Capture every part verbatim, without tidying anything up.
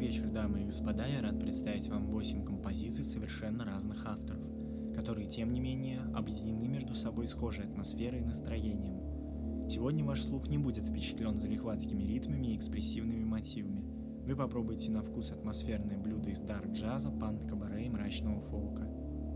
вечер, дамы и господа, я рад представить вам восемь композиций совершенно разных авторов, которые, тем не менее, объединены между собой схожей атмосферой и настроением. Сегодня ваш слух не будет впечатлен залихватскими ритмами и экспрессивными мотивами. Вы попробуете на вкус атмосферное блюдо из дарк-джаза, панк-кабаре и мрачного фолка.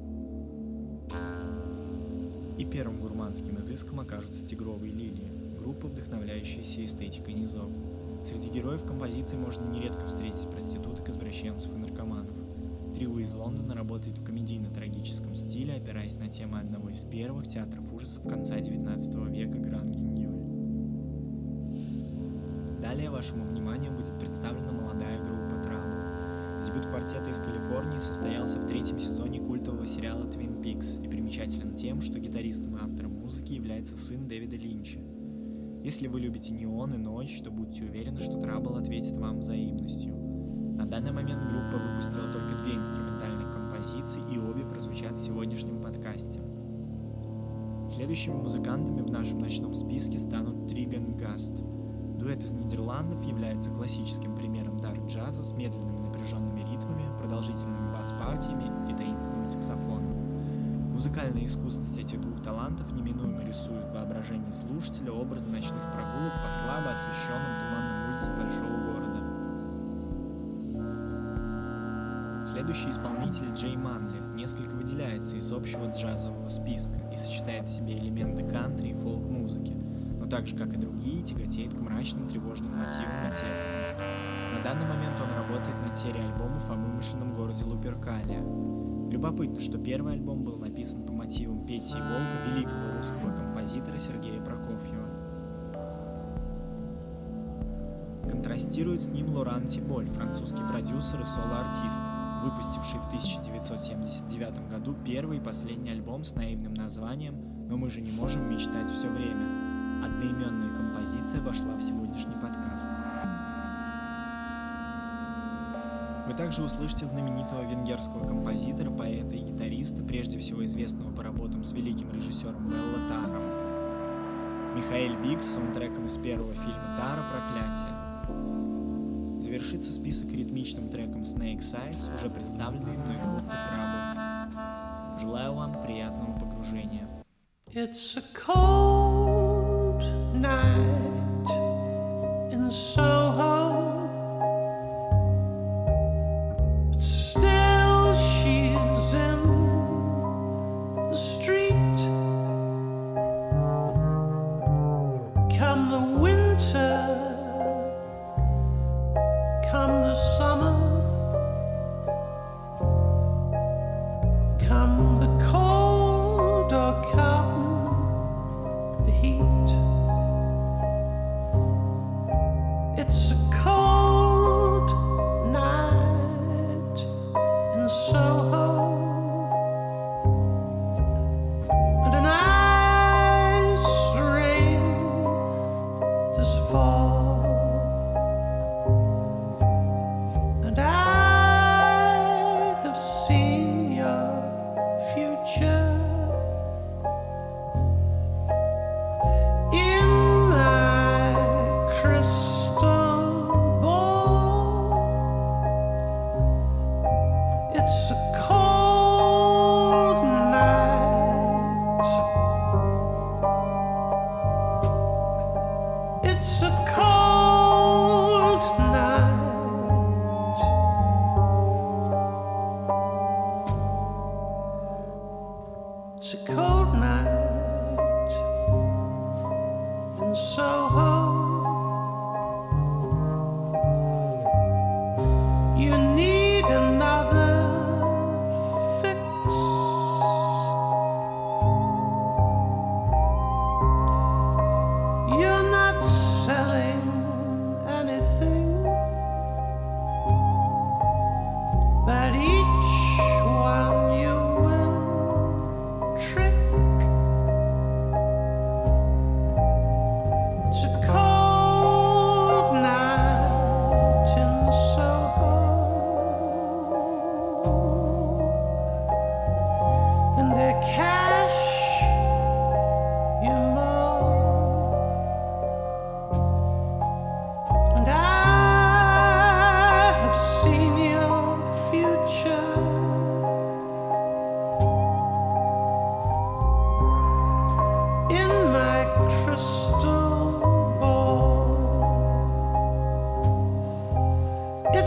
И первым гурманским изыском окажутся «Тигровые лилии», группа, вдохновляющаяся эстетикой низов. Среди героев композиции можно нередко встретить проституток, извращенцев и наркоманов. Трио из Лондона работает в комедийно-трагическом стиле, опираясь на темы одного из первых театров ужасов конца девятнадцатого века Гранд Гиньоль. Далее вашему вниманию будет представлена молодая группа Trouble. Дебют квартета из Калифорнии состоялся в третьем сезоне культового сериала Twin Peaks и примечателен тем, что гитаристом и автором музыки является сын Дэвида Линча. Если вы любите неон и ночь, то будьте уверены, что Trouble ответит вам взаимностью. На данный момент группа выпустила только две инструментальных композиции, и обе прозвучат в сегодняшнем подкасте. Следующими музыкантами в нашем ночном списке станут Trigan Gast. Дуэт из Нидерландов является классическим примером дарк-джаза с медленными напряженными ритмами, продолжительными бас-партиями и таинственным саксофоном. Музыкальная искусность этих двух талантов неминуемо рисует в воображении слушателя образы ночных прогулок по слабо освещенным туманным улицам большого города. Следующий исполнитель Джей Манли несколько выделяется из общего джазового списка и сочетает в себе элементы кантри и фолк-музыки, но так же, как и другие, тяготеет к мрачным тревожным мотивам и текстам. На данный момент он работает над серией альбомов о вымышленном городе Луперкалия. Любопытно, что первый альбом был написан по мотивам Пети и Волка великого русского композитора Сергея Прокофьева. Контрастирует с ним Лоран Тиболь, французский продюсер и соло-артист, выпустивший в тысяча девятьсот семьдесят девятом году первый и последний альбом с наивным названием «Но мы же не можем мечтать все время». Одноименная композиция вошла в сегодняшний подкаст. Вы также услышите знаменитого венгерского композитора, поэта и гитариста, прежде всего известного по работам с великим режиссером Белло Таром. Михаэль Биг с саундтреком из первого фильма Тара «Проклятие». Завершится список ритмичным треком Snake Size, уже представленной мной группы Trouble. Желаю вам приятного погружения. It's a cold night in Soho. Crystal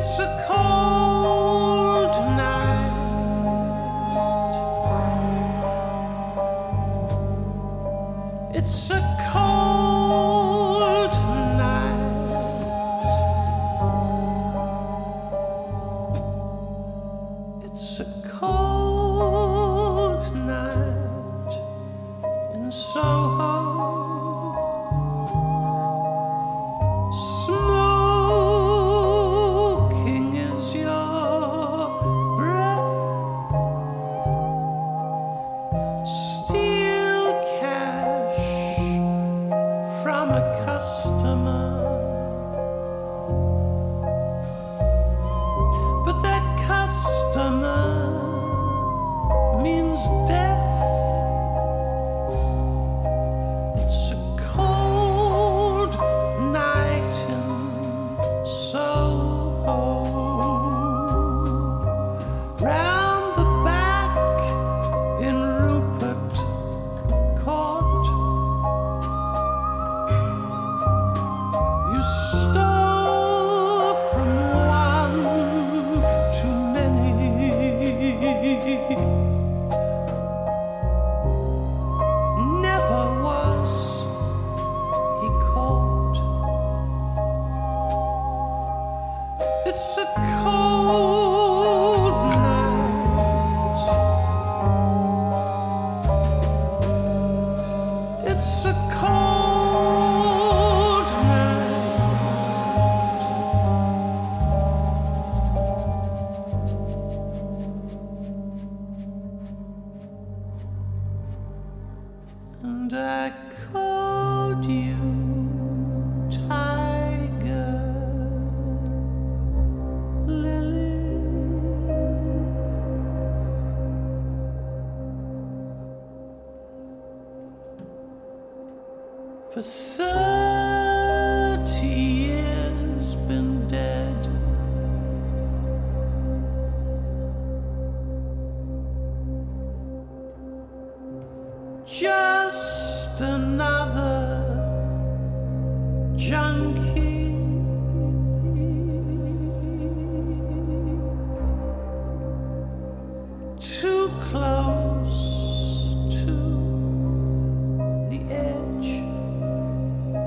It's a cold night. It's a cold night. It's a cold night in Soho. Smoking is your breath. Steal cash from a customer. But that customer means death. It's a cold night in Soho. Round the back in Rupert Court, you stole from one too many. Never was he caught. It's a cold night. It's a cold night. And I called you Tiger Lily. For thirty years been dead. Just another junkie. Too close to the edge.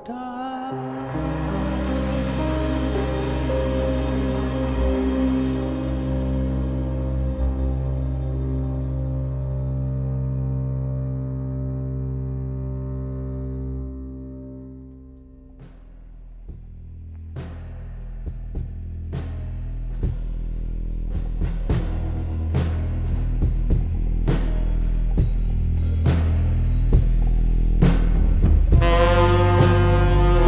Die.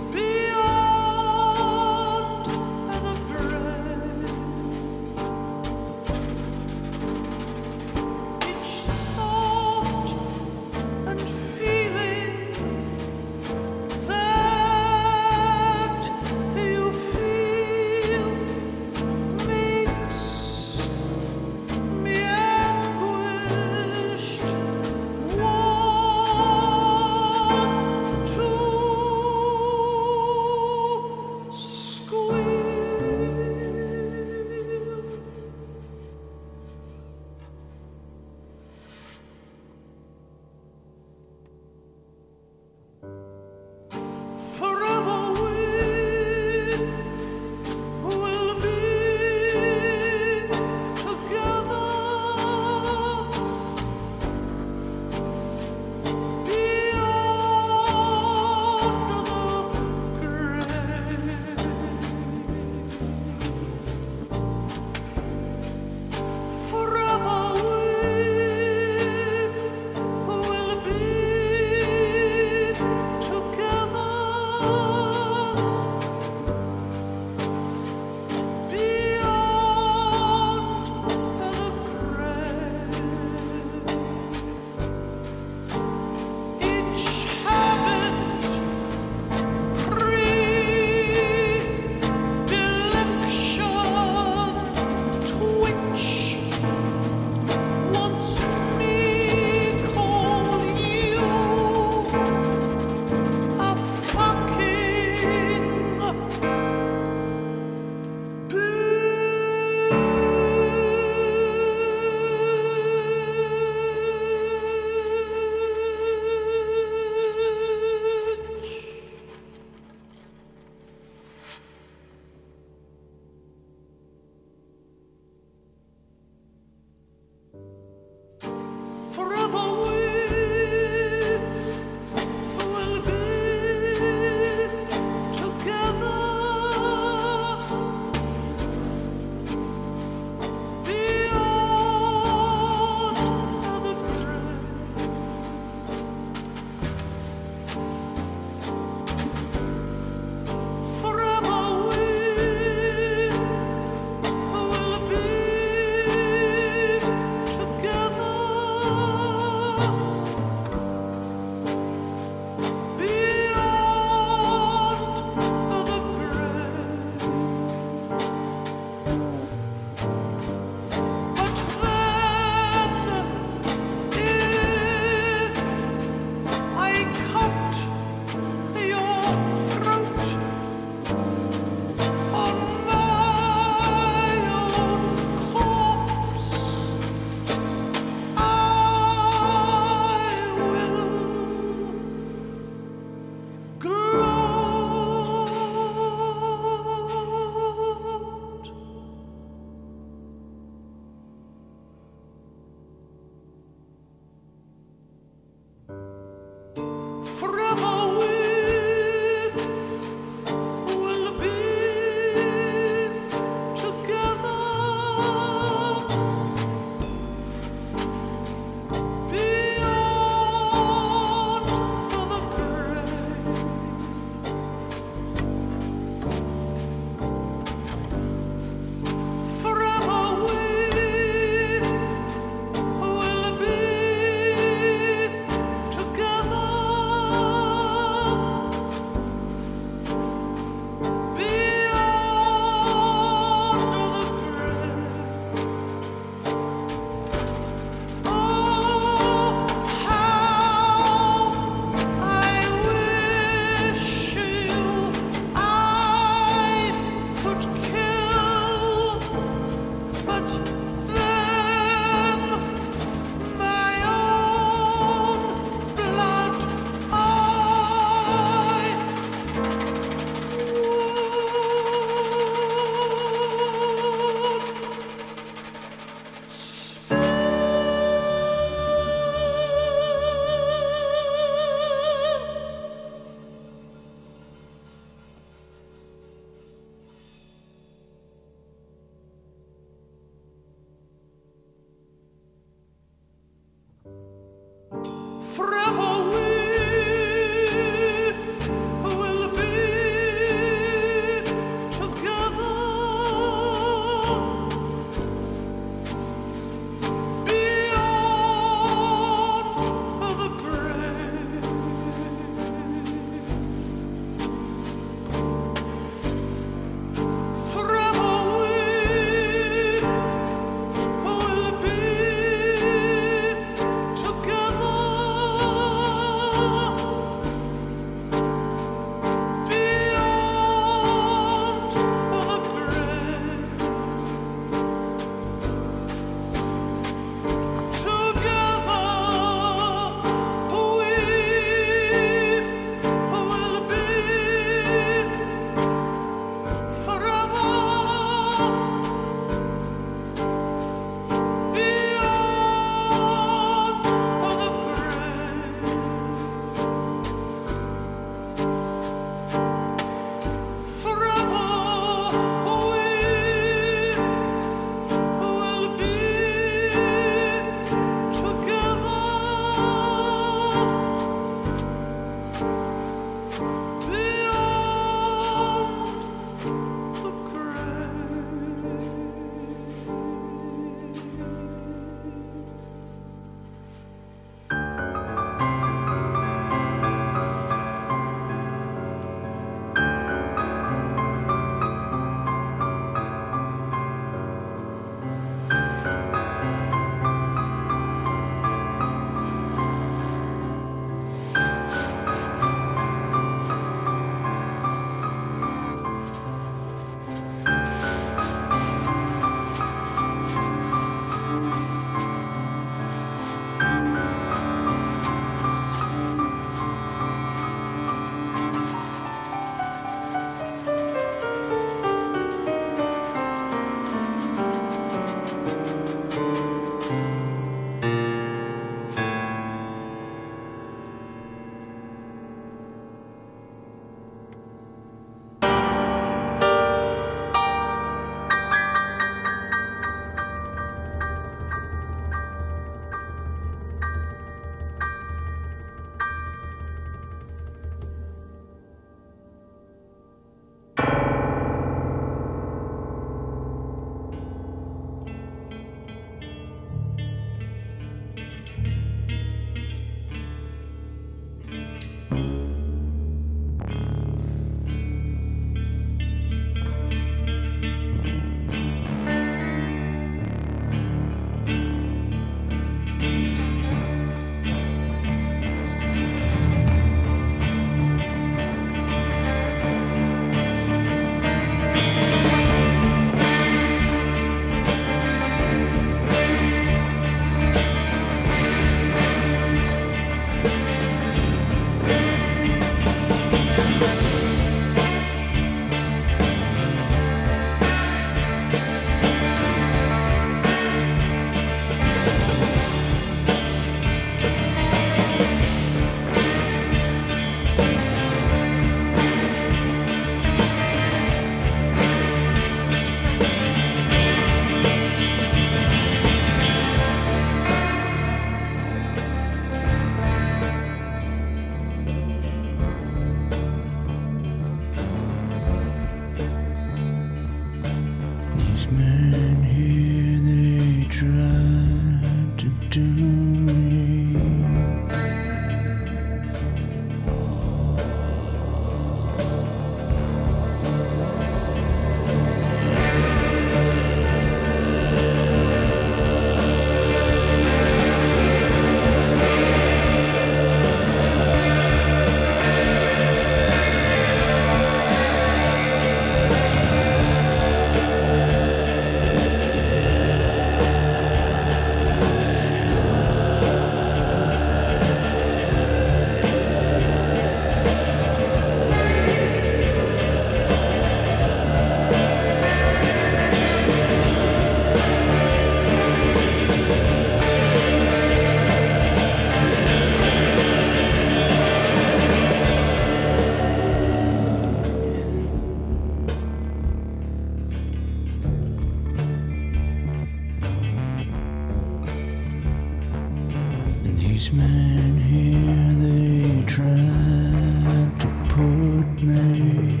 And here they tried to put me.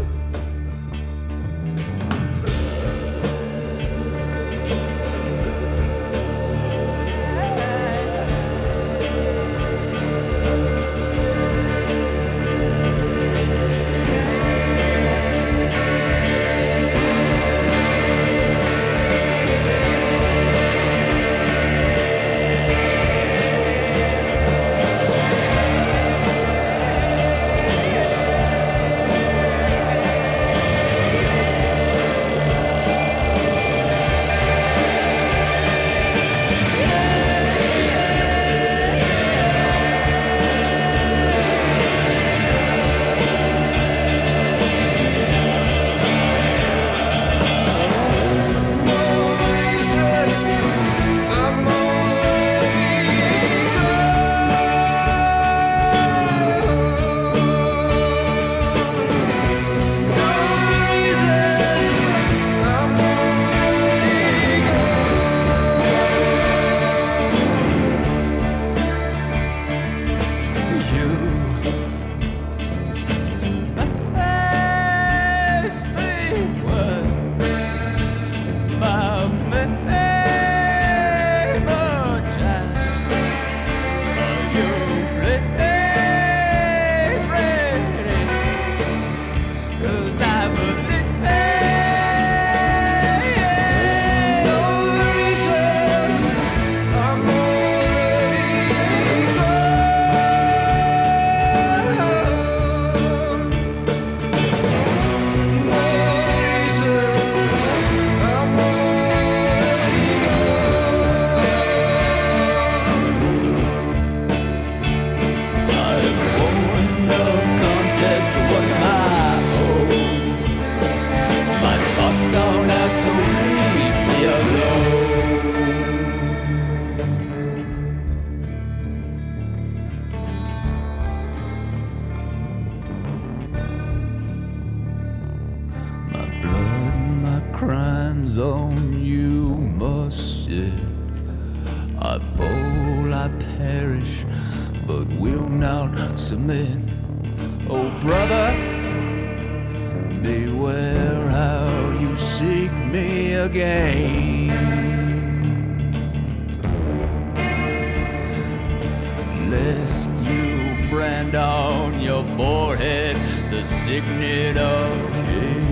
Crimes on you must sit. I fall, I perish, but will not submit. Oh brother, beware how you seek me again. Lest you brand on your forehead the signet of hate.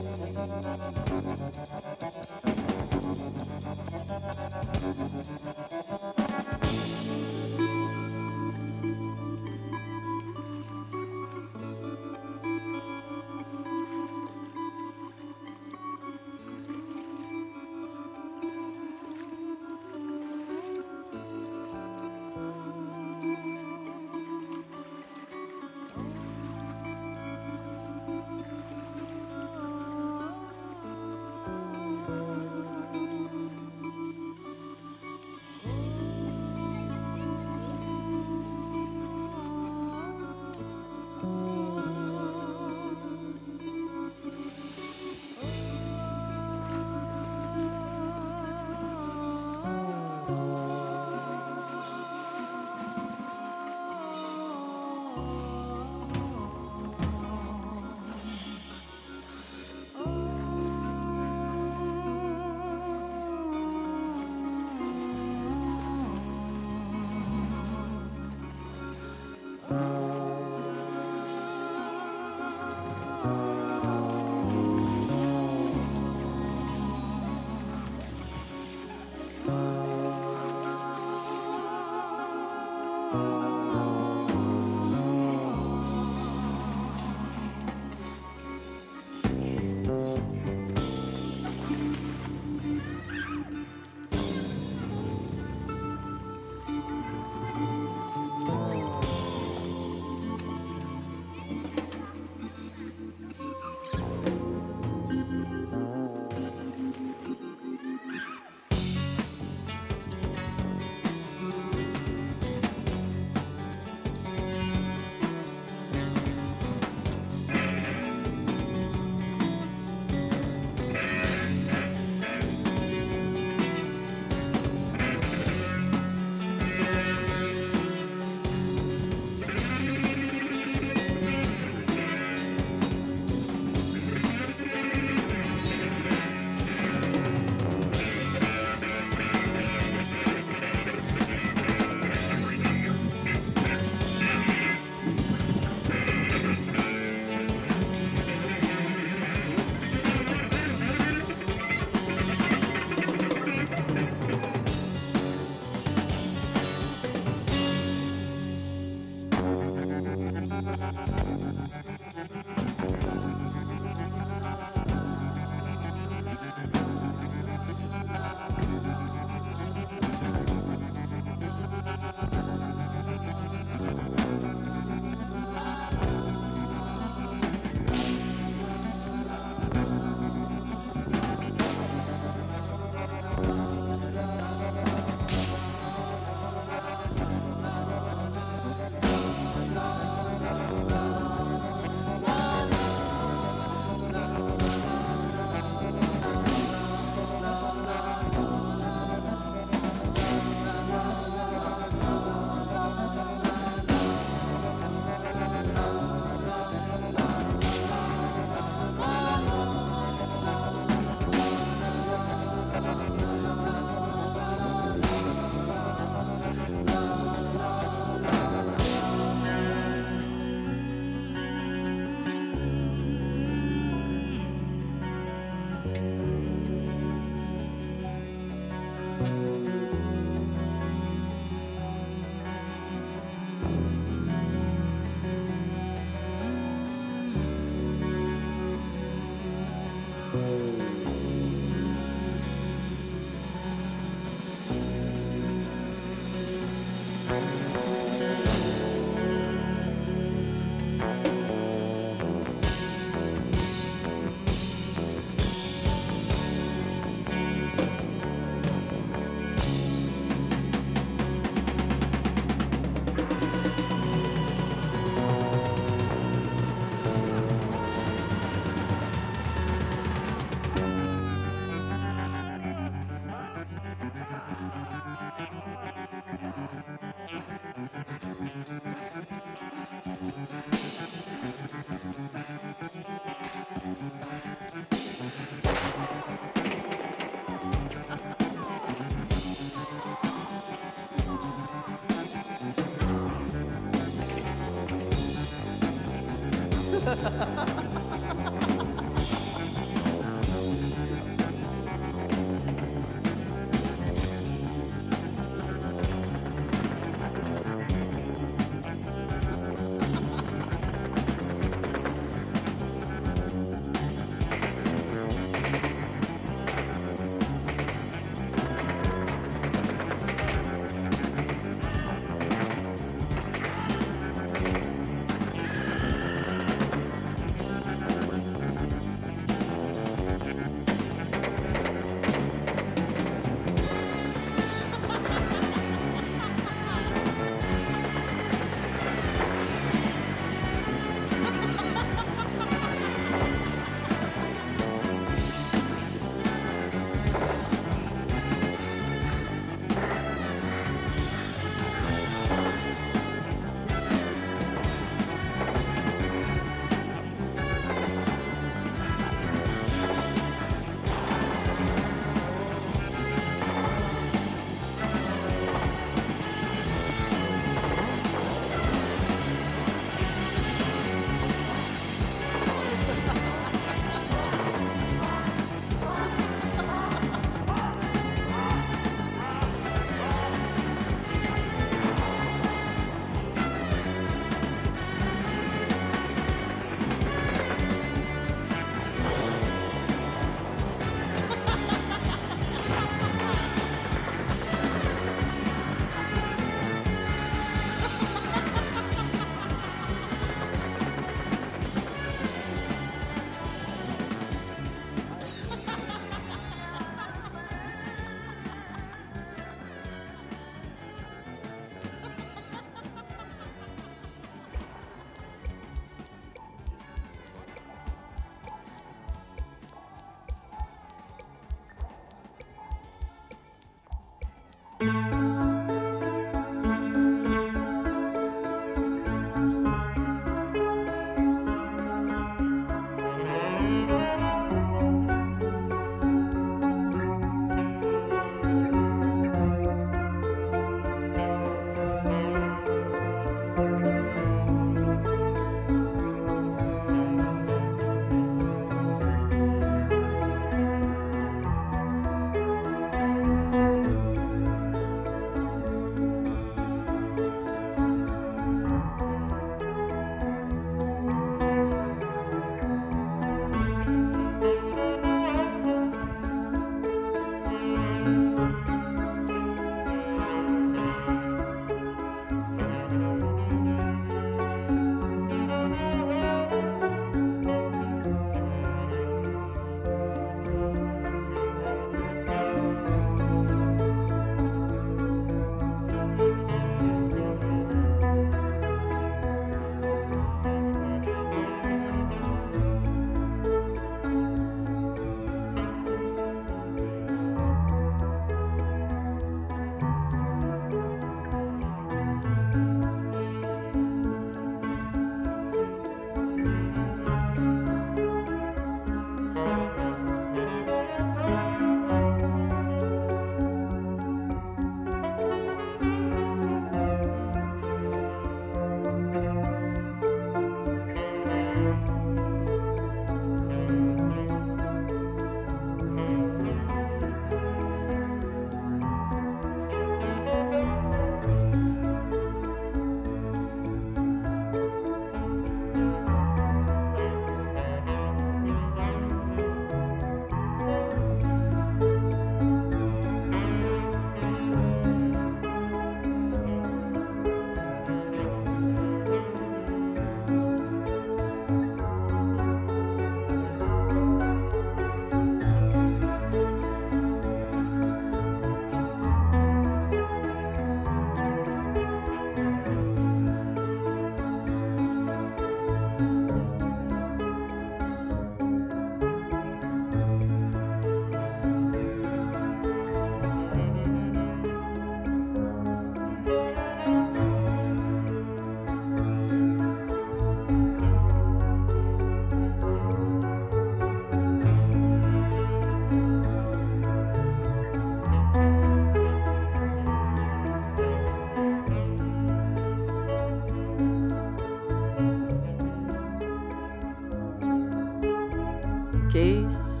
kész,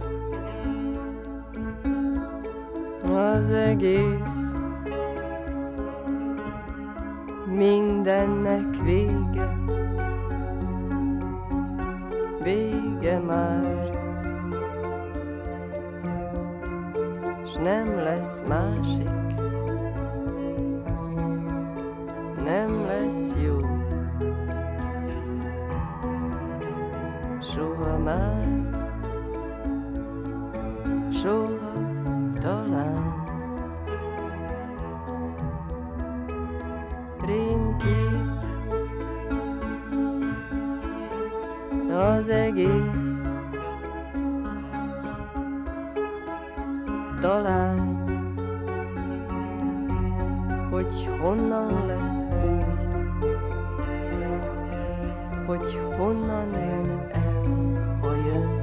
az egész, mindennek vége, vége már, s nem lesz másik, nem lesz jó, soha már, soha talán. Rémkép az egész, talán, hogy honnan lesz új, hogy honnan jön el, ha jön,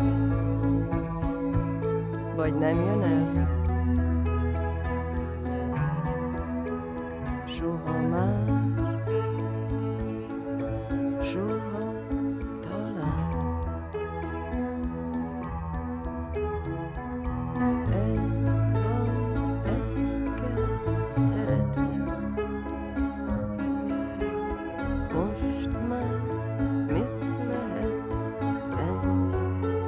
vagy nem jön el. Soha már, soha talán. Ez van, ezt kell szeretnem. Most már mit lehet tenni?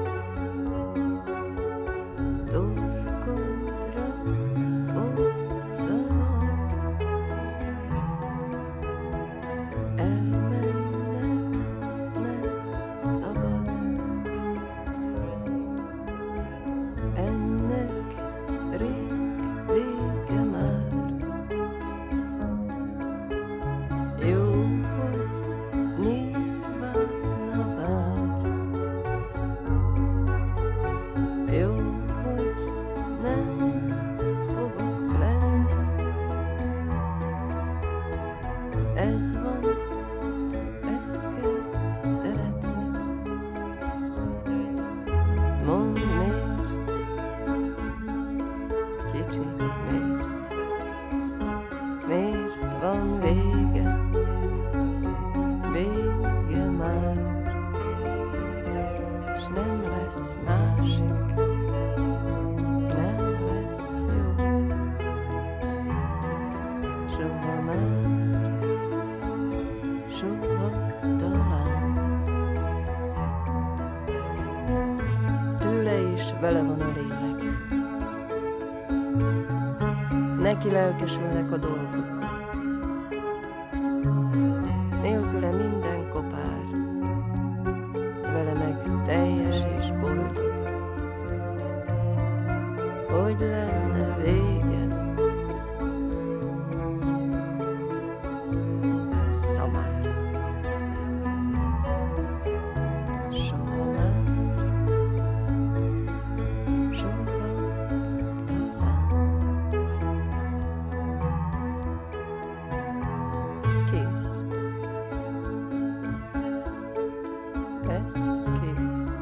Torkodra fog szabad, elmennem nem szabad. Ennek rég vége már. Jó, hogy nirvána vár. Jó, hogy nem fogok lenni. Ez van, ezt kell szeretni. Mondd miért, kicsi miért, miért van vége, vége már, s nem lesz másik, nem lesz jó, soha már, soha talán. Tőle is vele van a lélek, neki lelkesülnek a dolgok, nélküle minden kopár, vele meg teljes és boldog. Hogy lenne vége, szamár, soha már, soha talán. Kész, ez kész,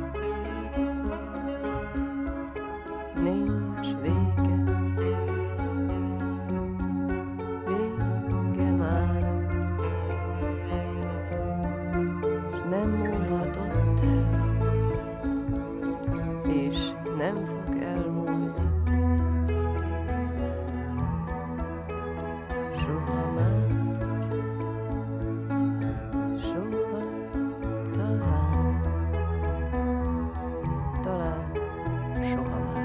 nincs vége, vége már, s nem múlhatott el, és nem fog elmúlni, soha már, soha talán, talán soha már.